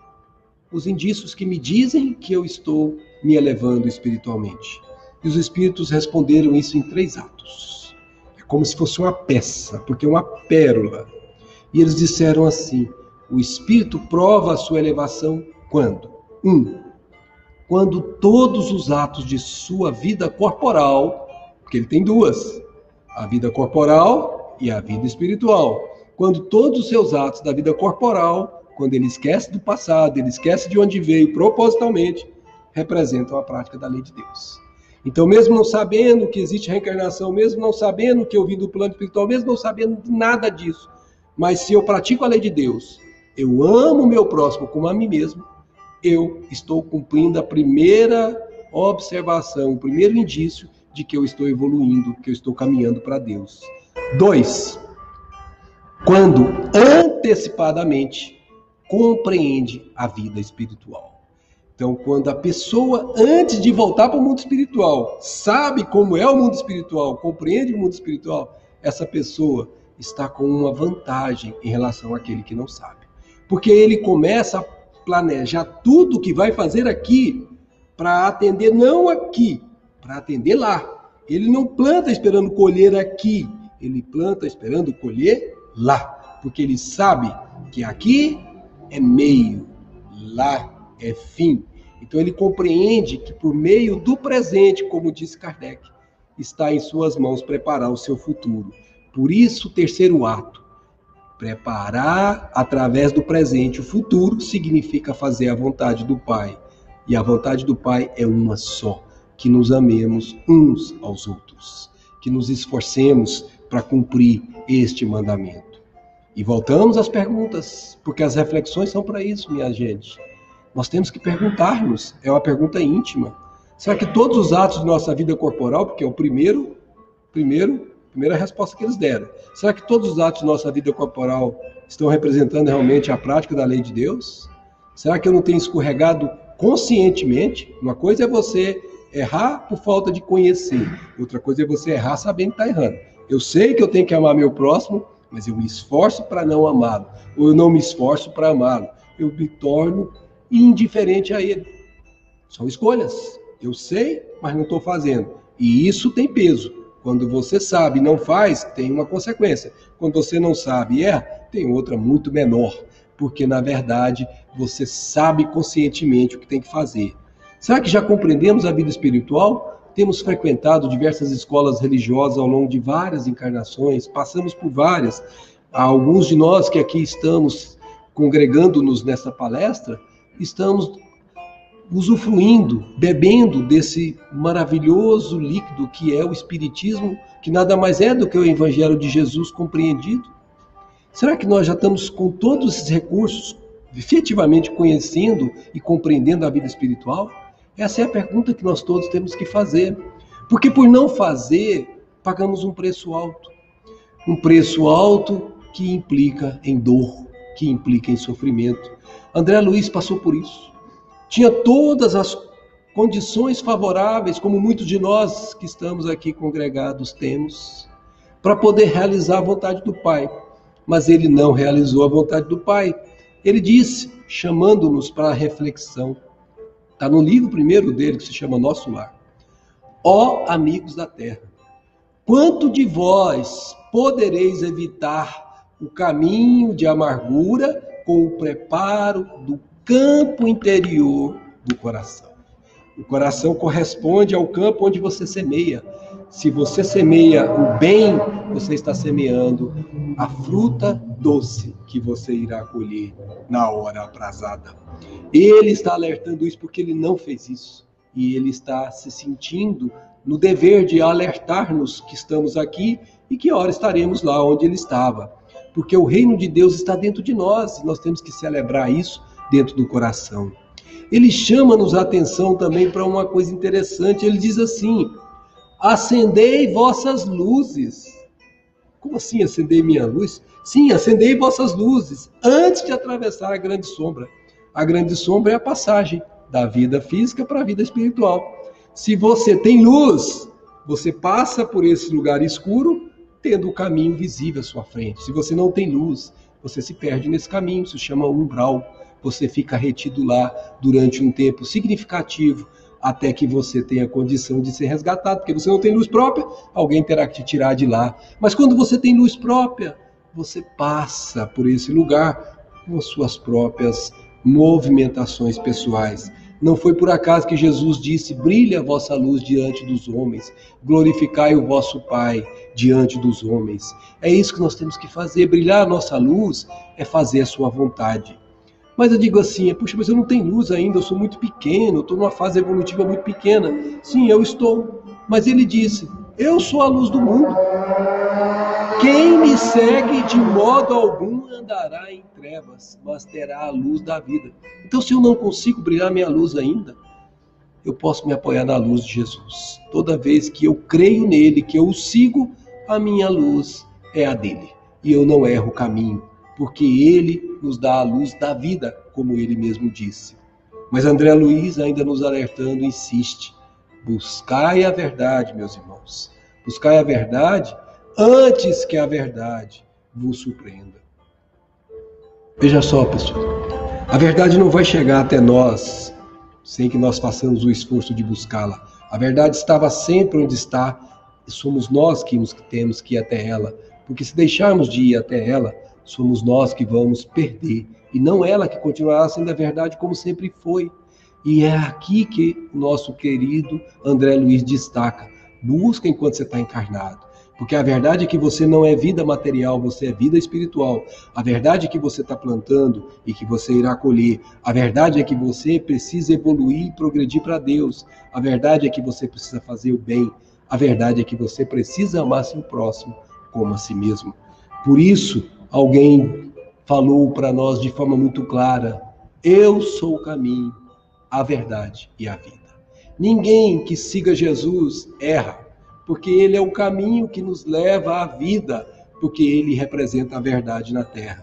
os indícios que me dizem que eu estou me elevando espiritualmente? E os espíritos responderam isso em três atos. É como se fosse uma peça, porque é uma pérola. E eles disseram assim: o espírito prova a sua elevação quando? Um, quando todos os atos de sua vida corporal, porque ele tem duas, a vida corporal e a vida espiritual. Quando todos os seus atos da vida corporal, quando ele esquece do passado, ele esquece de onde veio propositalmente, representam a prática da lei de Deus. Então, mesmo não sabendo que existe reencarnação, mesmo não sabendo que eu vim do plano espiritual, mesmo não sabendo de nada disso, mas se eu pratico a lei de Deus, eu amo o meu próximo como a mim mesmo, eu estou cumprindo a primeira observação, o primeiro indício de que eu estou evoluindo, que eu estou caminhando para Deus. Dois, quando antecipadamente compreende a vida espiritual. Então, quando a pessoa, antes de voltar para o mundo espiritual, sabe como é o mundo espiritual, compreende o mundo espiritual, essa pessoa está com uma vantagem em relação àquele que não sabe. Porque ele começa a planejar tudo o que vai fazer aqui para atender não aqui, para atender lá. Ele não planta esperando colher aqui, ele planta esperando colher lá, porque ele sabe que aqui é meio, lá é fim. Então ele compreende que por meio do presente, como disse Kardec, está em suas mãos preparar o seu futuro. Por isso o terceiro ato, preparar através do presente o futuro, significa fazer a vontade do Pai. E a vontade do Pai é uma só, que nos amemos uns aos outros, que nos esforcemos para cumprir este mandamento. E voltamos às perguntas, porque as reflexões são para isso, minha gente. Nós temos que perguntar-nos, é uma pergunta íntima. Será que todos os atos de nossa vida corporal, porque é o primeiro, primeiro, primeira resposta que eles deram, será que todos os atos de nossa vida corporal estão representando realmente a prática da lei de Deus? Será que eu não tenho escorregado conscientemente? Uma coisa é você errar por falta de conhecer, outra coisa é você errar sabendo que está errando. Eu sei que eu tenho que amar meu próximo, mas eu me esforço para não amá-lo, ou eu não me esforço para amá-lo, eu me torno indiferente a ele. São escolhas. Eu sei, mas não estou fazendo. E isso tem peso. Quando você sabe e não faz, tem uma consequência. Quando você não sabe e erra, tem outra muito menor. Porque, na verdade, você sabe conscientemente o que tem que fazer. Será que já compreendemos a vida espiritual? Temos frequentado diversas escolas religiosas ao longo de várias encarnações, passamos por várias. Alguns de nós que aqui estamos congregando-nos nessa palestra, estamos usufruindo, bebendo desse maravilhoso líquido que é o Espiritismo, que nada mais é do que o Evangelho de Jesus compreendido. Será que nós já estamos com todos esses recursos, efetivamente conhecendo e compreendendo a vida espiritual? Essa é a pergunta que nós todos temos que fazer. Porque por não fazer, pagamos um preço alto. Um preço alto que implica em dor, que implica em sofrimento. André Luiz passou por isso. Tinha todas as condições favoráveis, como muitos de nós que estamos aqui congregados temos, para poder realizar a vontade do Pai. Mas ele não realizou a vontade do Pai. Ele disse, chamando-nos para a reflexão, está no livro primeiro dele, que se chama Nosso Lar. Ó amigos da terra, quanto de vós podereis evitar o caminho de amargura com o preparo do campo interior do coração? O coração corresponde ao campo onde você semeia. Se você semeia o bem, você está semeando a fruta doce que você irá colher na hora aprazada. Ele está alertando isso porque ele não fez isso. E ele está se sentindo no dever de alertar-nos que estamos aqui e que hora estaremos lá onde ele estava. porque o reino de Deus está dentro de nós, e nós temos que celebrar isso dentro do coração. Ele chama-nos a atenção também para uma coisa interessante, ele diz assim: acendei vossas luzes. Como assim acendei minha luz? Sim, acendei vossas luzes, antes de atravessar a grande sombra. A grande sombra é a passagem da vida física para a vida espiritual. Se você tem luz, você passa por esse lugar escuro, tendo o caminho visível à sua frente. Se você não tem luz, você se perde nesse caminho, isso se chama umbral. Você fica retido lá durante um tempo significativo, até que você tenha condição de ser resgatado, porque você não tem luz própria, alguém terá que te tirar de lá. Mas quando você tem luz própria, você passa por esse lugar com suas próprias movimentações pessoais. Não foi por acaso que Jesus disse: brilha a vossa luz diante dos homens, glorificai o vosso Pai diante dos homens. É isso que nós temos que fazer, brilhar a nossa luz é fazer a sua vontade. Mas eu digo assim: puxa, mas eu não tenho luz ainda, eu sou muito pequeno, eu estou numa fase evolutiva muito pequena. Sim, eu estou, mas ele disse: eu sou a luz do mundo. Quem me segue de modo algum andará em trevas, mas terá a luz da vida. Então, se eu não consigo brilhar minha luz ainda, eu posso me apoiar na luz de Jesus. Toda vez que eu creio nele, que eu o sigo, a minha luz é a dele. E eu não erro o caminho, porque ele nos dá a luz da vida, como ele mesmo disse. Mas André Luiz, ainda nos alertando, insiste: buscai a verdade, meus irmãos. Buscai a verdade antes que a verdade vos surpreenda. Veja só, pessoal, a verdade não vai chegar até nós sem que nós façamos o esforço de buscá-la. A verdade estava sempre onde está, e somos nós que temos que ir até ela, porque se deixarmos de ir até ela, somos nós que vamos perder, e não ela que continuará sendo a verdade como sempre foi. E é aqui que o nosso querido André Luiz destaca: busca enquanto você está encarnado. Porque a verdade é que você não é vida material, você é vida espiritual. A verdade é que você está plantando e que você irá colher. A verdade é que você precisa evoluir e progredir para Deus. A verdade é que você precisa fazer o bem. A verdade é que você precisa amar seu próximo como a si mesmo. Por isso, alguém falou para nós de forma muito clara: eu sou o caminho, a verdade e a vida. Ninguém que siga Jesus erra, porque ele é o caminho que nos leva à vida, porque ele representa a verdade na terra.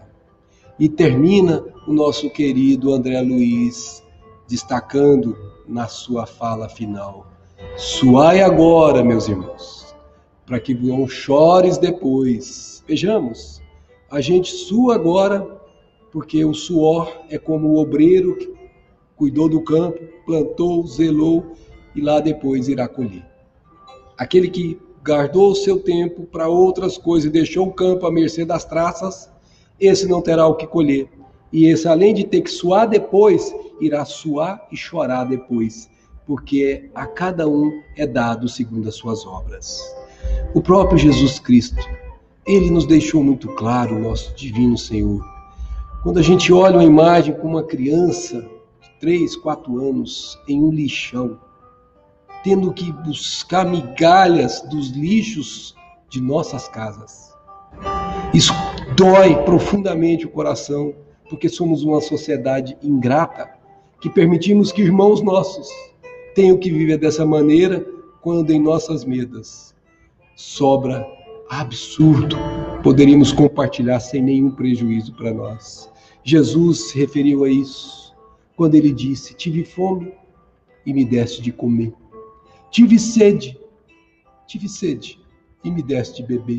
E termina o nosso querido André Luiz destacando na sua fala final: suai agora, meus irmãos, para que não chores depois. Vejamos, a gente sua agora, porque o suor é como o obreiro que cuidou do campo, plantou, zelou e lá depois irá colher. Aquele que guardou o seu tempo para outras coisas e deixou o campo à mercê das traças, esse não terá o que colher. E esse, além de ter que suar depois, irá suar e chorar depois, porque a cada um é dado segundo as suas obras. O próprio Jesus Cristo, ele nos deixou muito claro, o nosso divino Senhor. Quando a gente olha uma imagem com uma criança de três, quatro anos em um lixão, tendo que buscar migalhas dos lixos de nossas casas. Isso dói profundamente o coração, porque somos uma sociedade ingrata, que permitimos que irmãos nossos tenham que viver dessa maneira, quando em nossas mesas sobra absurdo, poderíamos compartilhar sem nenhum prejuízo para nós. Jesus se referiu a isso, quando ele disse: tive fome e me deste de comer. Tive sede, tive sede e me deste de beber.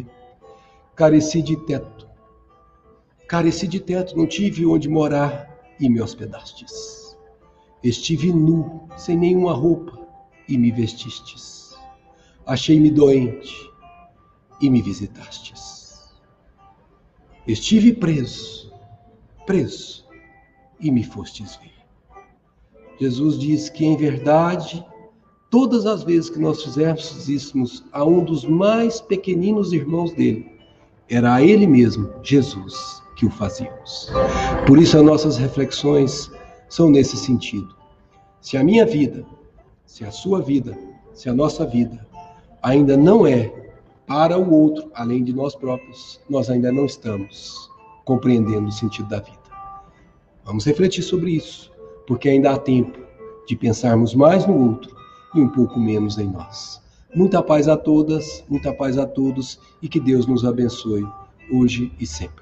Careci de teto, careci de teto, não tive onde morar e me hospedastes. Estive nu, sem nenhuma roupa e me vestistes. Achei-me doente e me visitastes. Estive preso, preso e me fostes ver. Jesus diz que, em verdade, todas as vezes que nós fizéssemos a um dos mais pequeninos irmãos dele, era a ele mesmo, Jesus, que o fazíamos. Por isso as nossas reflexões são nesse sentido. Se a minha vida, se a sua vida, se a nossa vida ainda não é para o outro, além de nós próprios, nós ainda não estamos compreendendo o sentido da vida. Vamos refletir sobre isso, porque ainda há tempo de pensarmos mais no outro e um pouco menos em nós. Muita paz a todas, muita paz a todos e que Deus nos abençoe hoje e sempre.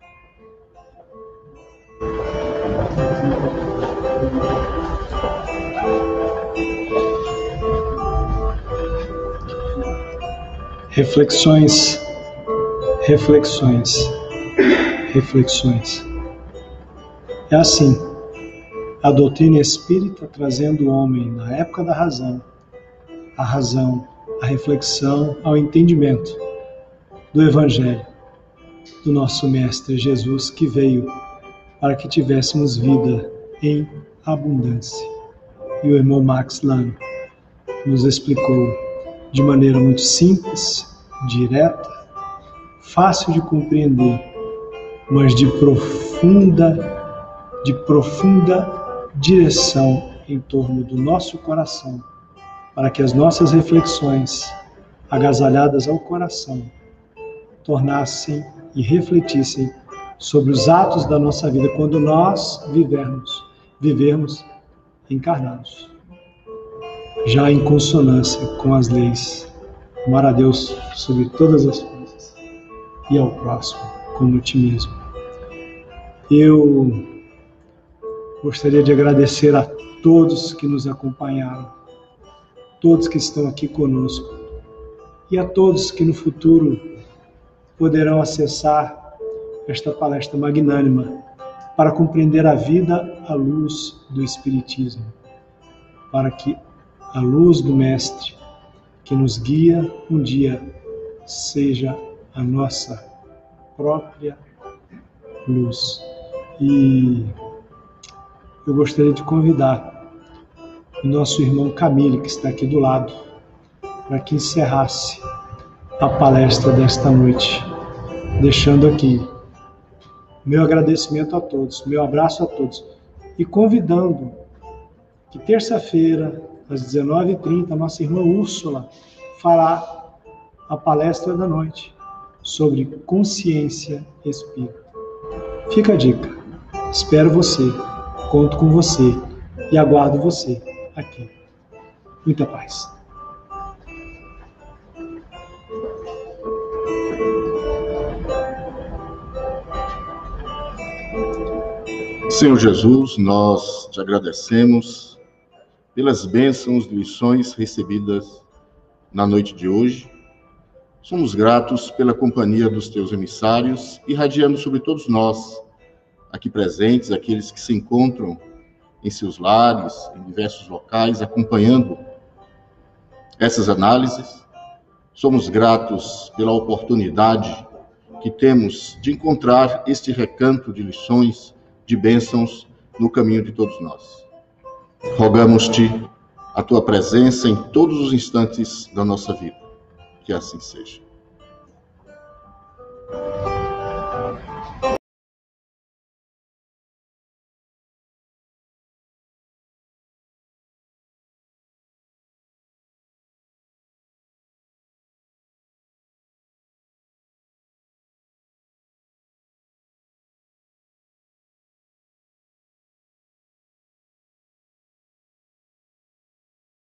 Reflexões, reflexões, reflexões. É assim, a doutrina espírita trazendo o homem na época da razão, a razão, a reflexão, ao entendimento do Evangelho, do nosso Mestre Jesus, que veio para que tivéssemos vida em abundância. E o irmão Max Lano nos explicou de maneira muito simples, direta, fácil de compreender, mas de profunda, de profunda direção em torno do nosso coração, para que as nossas reflexões, agasalhadas ao coração, tornassem e refletissem sobre os atos da nossa vida quando nós vivermos, vivermos encarnados, já em consonância com as leis. Amar a Deus sobre todas as coisas e ao próximo como a ti mesmo. Eu gostaria de agradecer a todos que nos acompanharam, todos que estão aqui conosco e a todos que no futuro poderão acessar esta palestra magnânima para compreender a vida à luz do Espiritismo, para que a luz do Mestre que nos guia um dia seja a nossa própria luz. E eu gostaria de convidar o nosso irmão Camille, que está aqui do lado, para que encerrasse a palestra desta noite, deixando aqui meu agradecimento a todos, meu abraço a todos, e convidando que terça-feira, às dezenove e trinta, a nossa irmã Úrsula fará a palestra da noite sobre consciência espírita. Fica a dica. Espero você, conto com você e aguardo você aqui. Muita paz. Senhor Jesus, nós te agradecemos pelas bênçãos e lições recebidas na noite de hoje. Somos gratos pela companhia dos teus emissários, irradiando sobre todos nós, aqui presentes, aqueles que se encontram em seus lares, em diversos locais, acompanhando essas análises. Somos gratos pela oportunidade que temos de encontrar este recanto de lições, de bênçãos no caminho de todos nós. Rogamos-te a tua presença em todos os instantes da nossa vida. Que assim seja.